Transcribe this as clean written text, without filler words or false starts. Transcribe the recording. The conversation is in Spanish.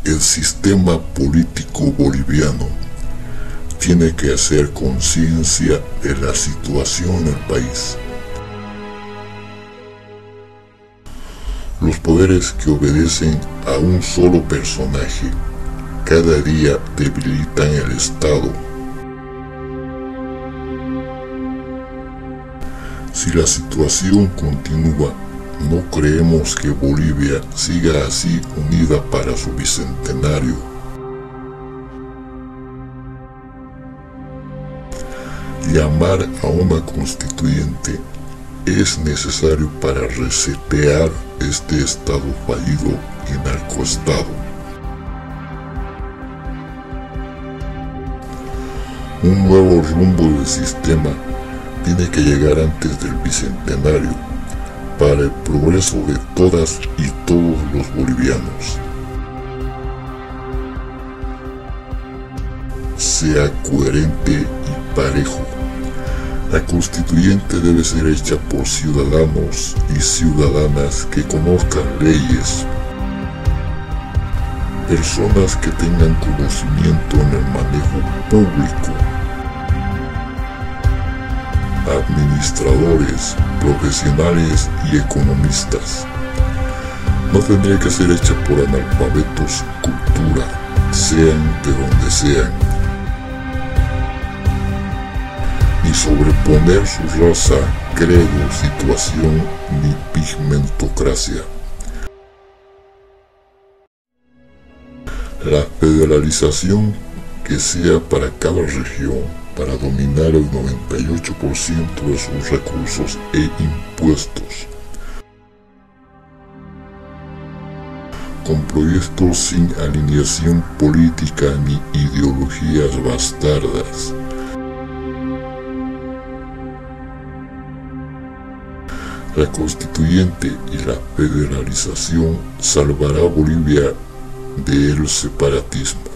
El sistema político boliviano tiene que hacer conciencia de la situación en el país. Los poderes que obedecen a un solo personaje cada día debilitan el Estado. Si la situación continúa, no creemos que Bolivia siga así unida para su bicentenario. Llamar a una constituyente es necesario para resetear este Estado fallido y narcoestado. Un nuevo rumbo del sistema tiene que llegar antes del bicentenario para el progreso de todas y todos los bolivianos. Sea coherente y parejo. La constituyente debe ser hecha por ciudadanos y ciudadanas que conozcan leyes, personas que tengan conocimiento en el manejo público, administradores, profesionales y economistas. No tendría que ser hecha por analfabetos sin cultura, sean de donde sean, ni sobreponer su raza, credo, situación ni pigmentocracia. La federalización que sea para cada región, para dominar el 98% de sus recursos e impuestos, con proyectos sin alineación política ni ideologías bastardas. La constituyente y la federalización salvará a Bolivia del separatismo.